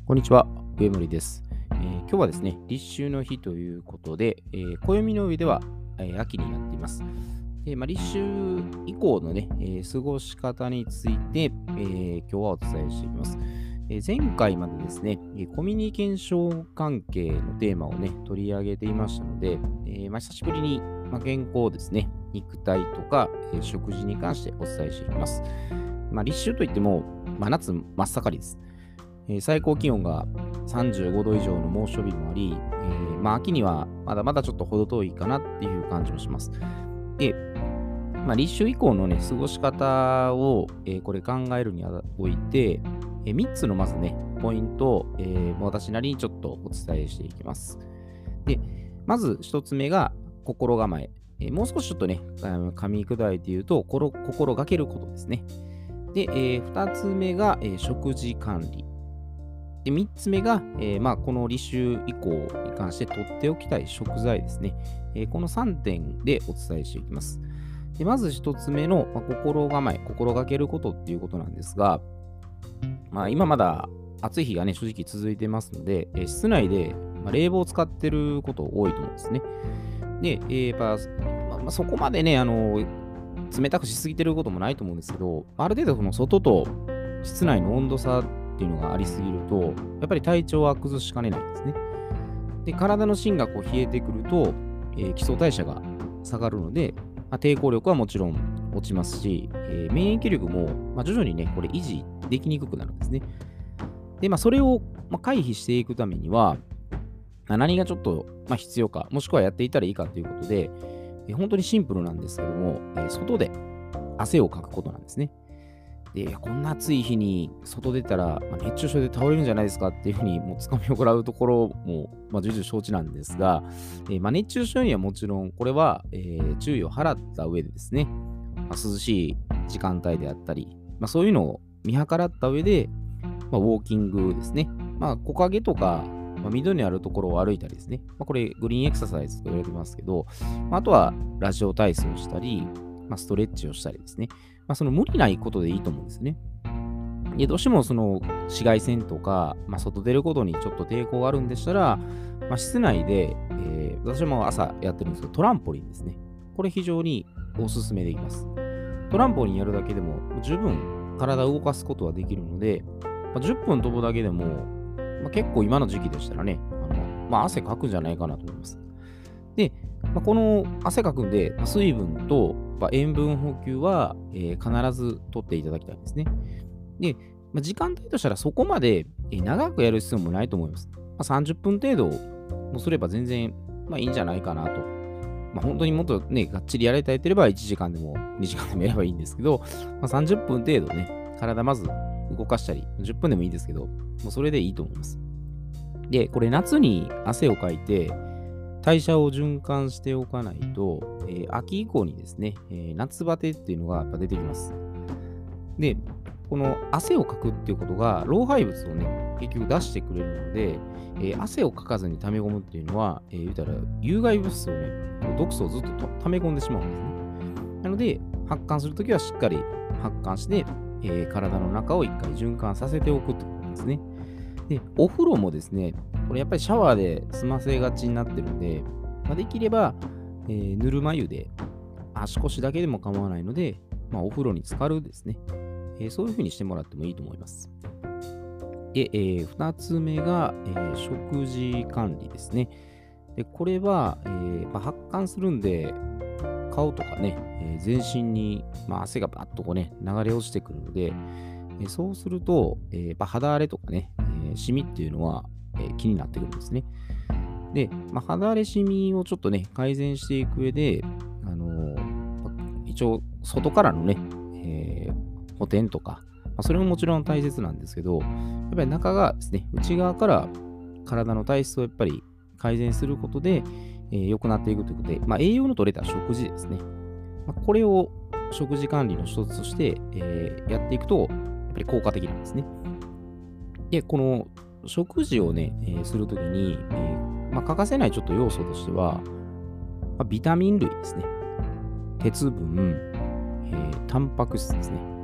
こんにちは、上森です。今日はですね、立秋の日ということで、暦の上では、秋になっています。立秋以降のね、過ごし方について、今日はお伝えしていきます。前回までですね、コミュニケーション関係のテーマをね、取り上げていましたので、久しぶりに、健康ですね、肉体とか、食事に関してお伝えしていきます。立秋といっても、夏真っ盛りです。最高気温が35度以上の猛暑日もあり、秋にはまだまだちょっと程遠いかなっていう感じもします。で、立秋以降のね、過ごし方を、これ考えるにおいて、3つのまずね、ポイントを、私なりにちょっとお伝えしていきます。で、まず1つ目が心構え。もう少しちょっとね、噛み砕いて言うと、心がけることですね。で、2つ目が、食事管理。で、3つ目が、この立秋以降に関して取っておきたい食材ですね。この3点でお伝えしていきます。でまず1つ目の、心構え、心がけることっていうことなんですが、今まだ暑い日がね、正直続いてますので、室内で、冷房を使ってること多いと思うんですね。で、やっぱ、そこまでね、冷たくしすぎてることもないと思うんですけど、ある程度この外と室内の温度差っていうのがありすぎると、やっぱり体調は崩しかねないんですね。で、体の芯がこう冷えてくると、基礎代謝が下がるので、抵抗力はもちろん落ちますし、免疫力も、徐々にね、これ維持できにくくなるんですね。で、それを、回避していくためには、何がちょっと、必要か、もしくはやっていたらいいかということで、本当にシンプルなんですけども、外で汗をかくことなんですね。で、こんな暑い日に外出たら、熱中症で倒れるんじゃないですかっていうふうに、もうつかみを食らうところも、重々承知なんですが、熱中症にはもちろん、これは、注意を払った上でですね、涼しい時間帯であったり、そういうのを見計らった上で、ウォーキングですね。木陰とか、緑のあるところを歩いたりですね。これ、グリーンエクササイズと言われてますけど、あとはラジオ体操をしたり、ストレッチをしたりですね。その無理ないことでいいと思うんですね。で、どうしてもその紫外線とか、外出ることにちょっと抵抗があるんでしたら、室内で、私も朝やってるんですけど、トランポリンですね。これ非常におすすめできます。トランポリンやるだけでも十分体を動かすことはできるので、10分飛ぶだけでも、結構今の時期でしたらね、汗かくんじゃないかなと思います。で、この汗かくんで、水分と塩分補給は、必ず取っていただきたいんですね。で、時間帯としたらそこまで、長くやる必要もないと思います。30分程度もすれば全然、いいんじゃないかなと。本当にもっとね、がっちりやりたいといれば1時間でも2時間でもやればいいんですけど、30分程度ね、体まず動かしたり、10分でもいいですけど、もうそれでいいと思います。で、これ夏に汗をかいて、代謝を循環しておかないと、秋以降にですね、夏バテっていうのがやっぱ出てきます。で、この汗をかくっていうことが、老廃物をね、結局出してくれるので、汗をかかずに溜め込むっていうのは、言うたら有害物質をね、毒素をずっと溜め込んでしまうんですね。なので、発汗するときはしっかり発汗して、体の中を一回循環させておくってことなんですね。で、お風呂もですね、これやっぱりシャワーで済ませがちになってるんで、できれば、ぬるま湯で足腰だけでも構わないので、お風呂に浸かるですね。そういう風にしてもらってもいいと思います。で、2つ目が、食事管理ですね。で、これは、発汗するんで、顔とかね、全身に、汗がバッとこうね、流れ落ちてくるので、そうすると、肌荒れとかね、シミっていうのは、気になってくるんですね。で、肌荒れシミをちょっとね、改善していく上で、一応、外からのね、補填とか、それももちろん大切なんですけど、やっぱり中がですね、内側から体の体質をやっぱり改善することで、良くなっていくということで、栄養の取れた食事ですね。これを食事管理の一つとして、やっていくと、やっぱり効果的なんですね。で、この食事をね、するときに、欠かせないちょっと要素としては、ビタミン類ですね。鉄分、タンパク質ですね。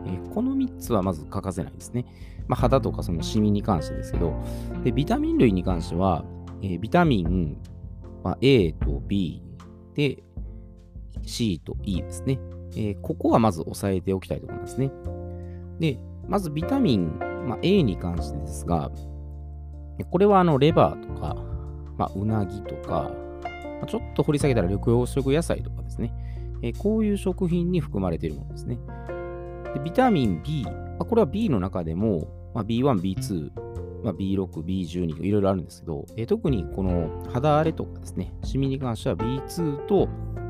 この3つはまず欠かせないですね。肌とかそのシミに関してですけど、でビタミン類に関しては、ビタミン、A と B で C と E ですね。ここはまず押さえておきたいところなんですね。で、まずビタミン、A に関してですが、これはレバーとか、うなぎとか、ちょっと掘り下げたら緑黄色野菜とかですね。こういう食品に含まれているものですね。でビタミン B、これは B の中でも、B1、B2、B6、B12 といろいろあるんですけど、特にこの肌荒れとかですね、シミに関しては B2 と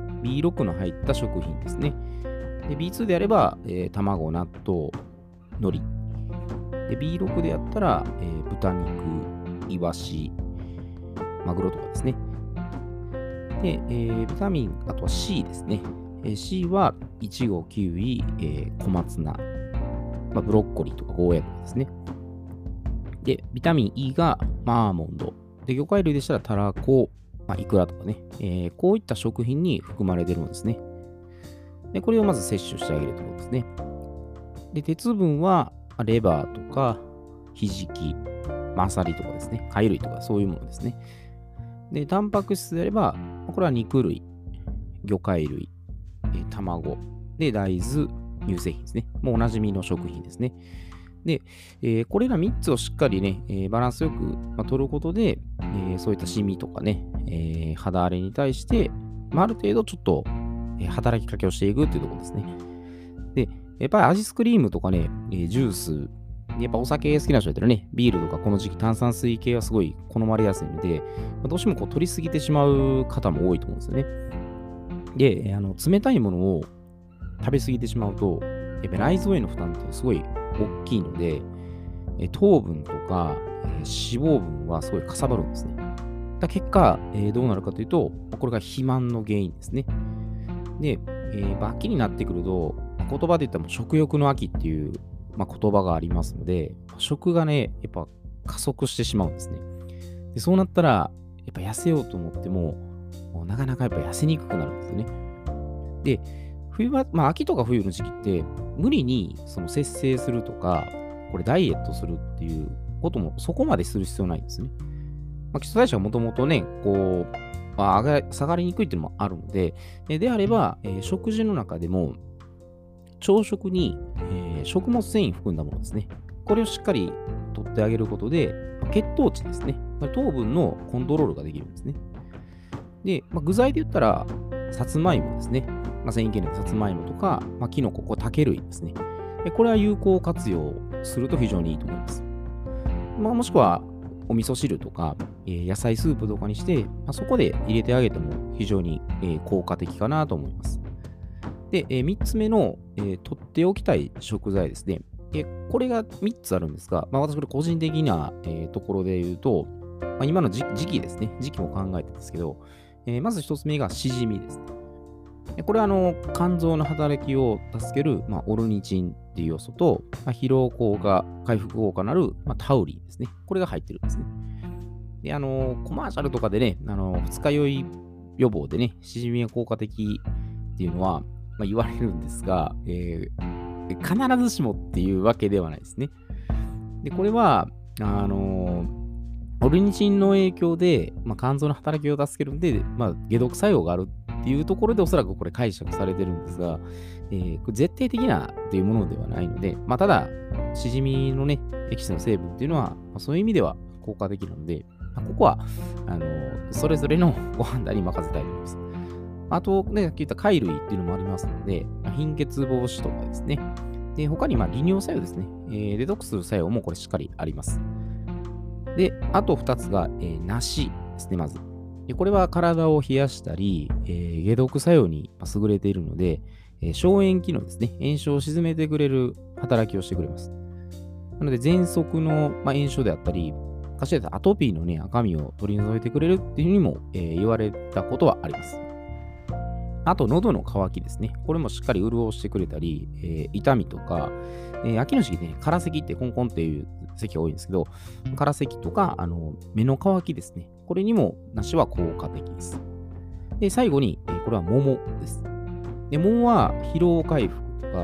B6 の入った食品ですね。で B2 であれば、卵、納豆、海苔。で B6 であったら、豚肉、イワシ、マグロとかですね。で、ビタミン、あとは C ですね。C はイチゴ、キウイ、小松菜、ブロッコリーとかゴーヤとかですね。で、ビタミン E がアーモンド。で、魚介類でしたらタラコ、イクラとかね、こういった食品に含まれているものですね。で、これをまず摂取してあげるということですね。で、鉄分はレバーとか、ひじき、アサリとかですね、貝類とかそういうものですね。で、タンパク質であれば、これは肉類、魚介類、卵、で、大豆、乳製品ですね。もうおなじみの食品ですね。で、これら3つをしっかりね、バランスよく、取ることで、そういったシミとかね、肌荒れに対して、ある程度ちょっと、働きかけをしていくっていうところですね。で、やっぱりアイスクリームとかね、ジュース、やっぱお酒好きな人だったらね、ビールとかこの時期炭酸水系はすごい好まれやすいので、どうしてもこう取りすぎてしまう方も多いと思うんですよね。で、冷たいものを食べ過ぎてしまうと、やっぱり内臓への負担ってすごい大きいので、糖分とか、脂肪分はすごいかさばるんですね。結果、どうなるかというと、これが肥満の原因ですね。で、秋になってくると、言葉で言ったら食欲の秋っていう、言葉がありますので、食がね、やっぱ加速してしまうんですね。でそうなったら、やっぱ痩せようと思っても、なかなかやっぱ痩せにくくなるんですよね。で、冬は、秋とか冬の時期って、無理にその節制するとか、これダイエットするっていうこともそこまでする必要ないんですね。基礎代謝がもともとね、こう、下がりにくいっていうのもあるので、であれば、食事の中でも、朝食に、食物繊維含んだものですね。これをしっかり取ってあげることで、血糖値ですね。糖分のコントロールができるんですね。で、具材で言ったら、さつまいもですね。繊維系のさつまいもとか、きのこ、竹類ですね。これは有効活用すると非常にいいと思います。もしくは、お味噌汁とか、野菜スープとかにして、そこで入れてあげても非常に、効果的かなと思います。で、3つ目の、取っておきたい食材ですね。これが3つあるんですが、私これ個人的な、ところで言うと、今の時期ですね。時期も考えてですけど、まず1つ目がしじみですね。これは肝臓の働きを助ける、オルニチンっていう要素と、疲労効果、回復効果のある、タウリンですね。これが入ってるんですね。で、コマーシャルとかでね、二日酔い予防でね、しじみが効果的っていうのは、言われるんですが、必ずしもっていうわけではないですね。で、これは、オルニチンの影響で、肝臓の働きを助けるんで、解毒作用があるっていうところでおそらくこれ解釈されてるんですが、これ絶対的なというものではないので、ただ、しじみのね、エキスの成分っていうのは、そういう意味では効果的なので、ここは、それぞれのご判断に任せたいと思います。あと、ね、さっき言った貝類っていうのもありますので、貧血防止とかですね。で、他に利尿作用ですね。デトックスする作用もこれしっかりあります。で、あと2つが、梨ですね、まず。でこれは体を冷やしたり、解毒作用に優れているので、消炎機能ですね。炎症を鎮めてくれる働きをしてくれます。なので、喘息の、炎症であったり、かしらアトピーのね、赤みを取り除いてくれるっていうふうにも、言われたことはあります。あと、喉の渇きですね。これもしっかり潤してくれたり、痛みとか、秋の時期ね、空咳ってコンコンっていう咳が多いんですけど、空咳とか、目の渇きですね。これにも梨は効果的です。で、最後に、これは桃です。で、桃は疲労回復とか、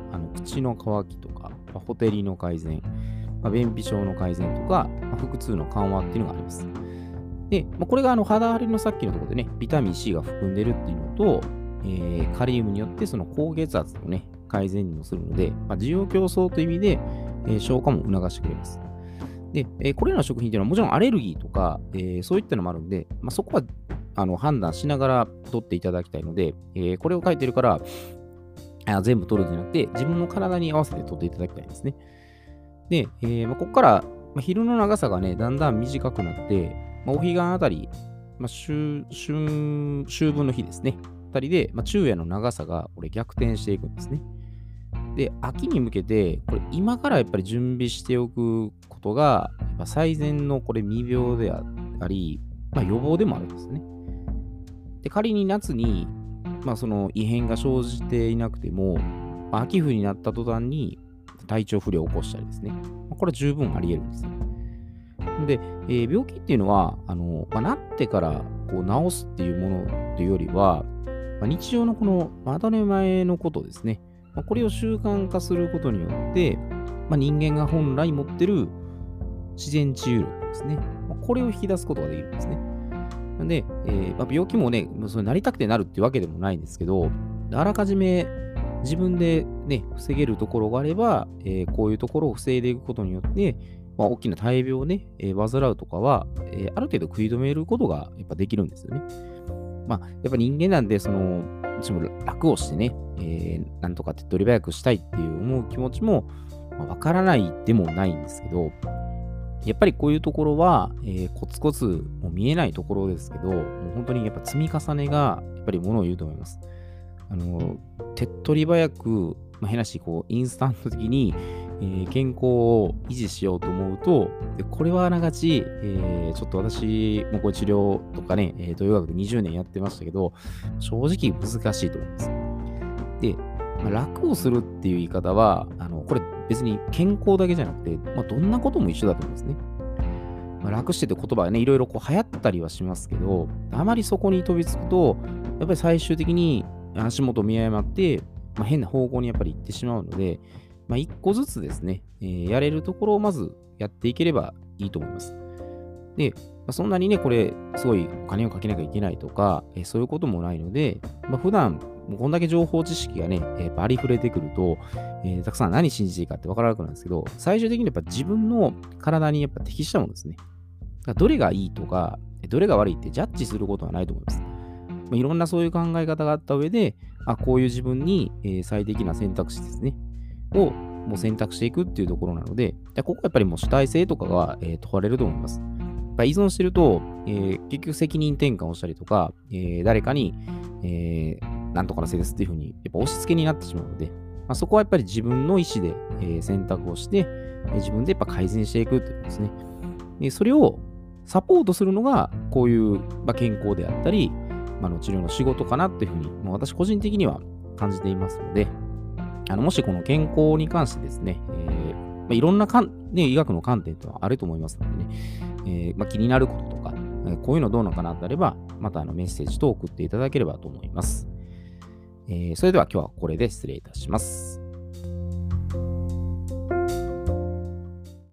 口の渇きとか、ほてりの改善、便秘症の改善とか、腹痛の緩和っていうのがあります。で、これが肌荒れのさっきのところでね、ビタミン C が含んでるっていうのと、カリウムによってその高血圧のね、改善にもするので、需要競争という意味で、消化も促してくれます。で、これらの食品っていうのはもちろんアレルギーとか、そういったのもあるんで、そこは判断しながら取っていただきたいので、これを書いてるから全部取るんじゃなくて、自分の体に合わせて取っていただきたいんですね。で、ここから、昼の長さがね、だんだん短くなって、お彼岸あたり、秋分の日ですね、あたりで、昼夜の長さがこれ逆転していくんですね。で、秋に向けて、これ今からやっぱり準備しておくことが、やっぱ最善のこれ未病であり、予防でもあるんですね。で、仮に夏に、その異変が生じていなくても、秋冬になった途端に体調不良を起こしたりですね。これは十分あり得るんですよ。で、病気っていうのは、なってからこう治すっていうものというよりは、日常のこの当たり前のことですね。これを習慣化することによって、人間が本来持ってる自然治癒力ですね。これを引き出すことができるんですね。なんで、病気もね、それなりたくてなるっていうわけでもないんですけど、あらかじめ自分でね、防げるところがあれば、こういうところを防いでいくことによって、大きな大病をね、患うとかは、ある程度食い止めることがやっぱできるんですよね。やっぱ人間なんで、楽をしてね、なんとか手っ取り早くしたいっていう思う気持ちも、わからないでもないんですけど、やっぱりこういうところは、コツコツもう見えないところですけど、もう本当にやっぱ積み重ねが、やっぱりものを言うと思います。手っ取り早く、変なし、インスタント的に、健康を維持しようと思うと、これはあながち、ちょっと私もこう治療とかね、東洋学で20年やってましたけど、正直難しいと思います。で、楽をするっていう言い方は、これ別に健康だけじゃなくて、どんなことも一緒だと思うんですね。楽してって言葉がね、いろいろ流行ったりはしますけど、あまりそこに飛びつくと、やっぱり最終的に足元を見誤って、変な方向にやっぱり行ってしまうので、一個ずつですね、やれるところをまずやっていければいいと思います。で、そんなにね、これ、すごいお金をかけなきゃいけないとか、そういうこともないので、普段、こんだけ情報知識がね、ありふれてくると、たくさん何信じていいかって分からなくなるんですけど、最終的にやっぱ自分の体にやっぱ適したものですね。どれがいいとか、どれが悪いってジャッジすることはないと思います。いろんなそういう考え方があった上で、こういう自分に、最適な選択肢ですね、をもう選択していくっていうところなので、ここはやっぱりもう主体性とかが、問われると思います。依存してると、結局責任転換をしたりとか、誰かに、なんとかのせいですっていうふうに、やっぱ押し付けになってしまうので、そこはやっぱり自分の意思で、選択をして、自分でやっぱ改善していくっていうことですね。でそれをサポートするのが、こういう、健康であったり、治療の仕事かなっていうふうに、私個人的には感じていますので、もしこの健康に関してですね、いろんな医学の観点とはあると思いますのでね、気になることとか、こういうのどうなのかなってあれば、またメッセージと送っていただければと思います。それでは今日はこれで失礼いたします。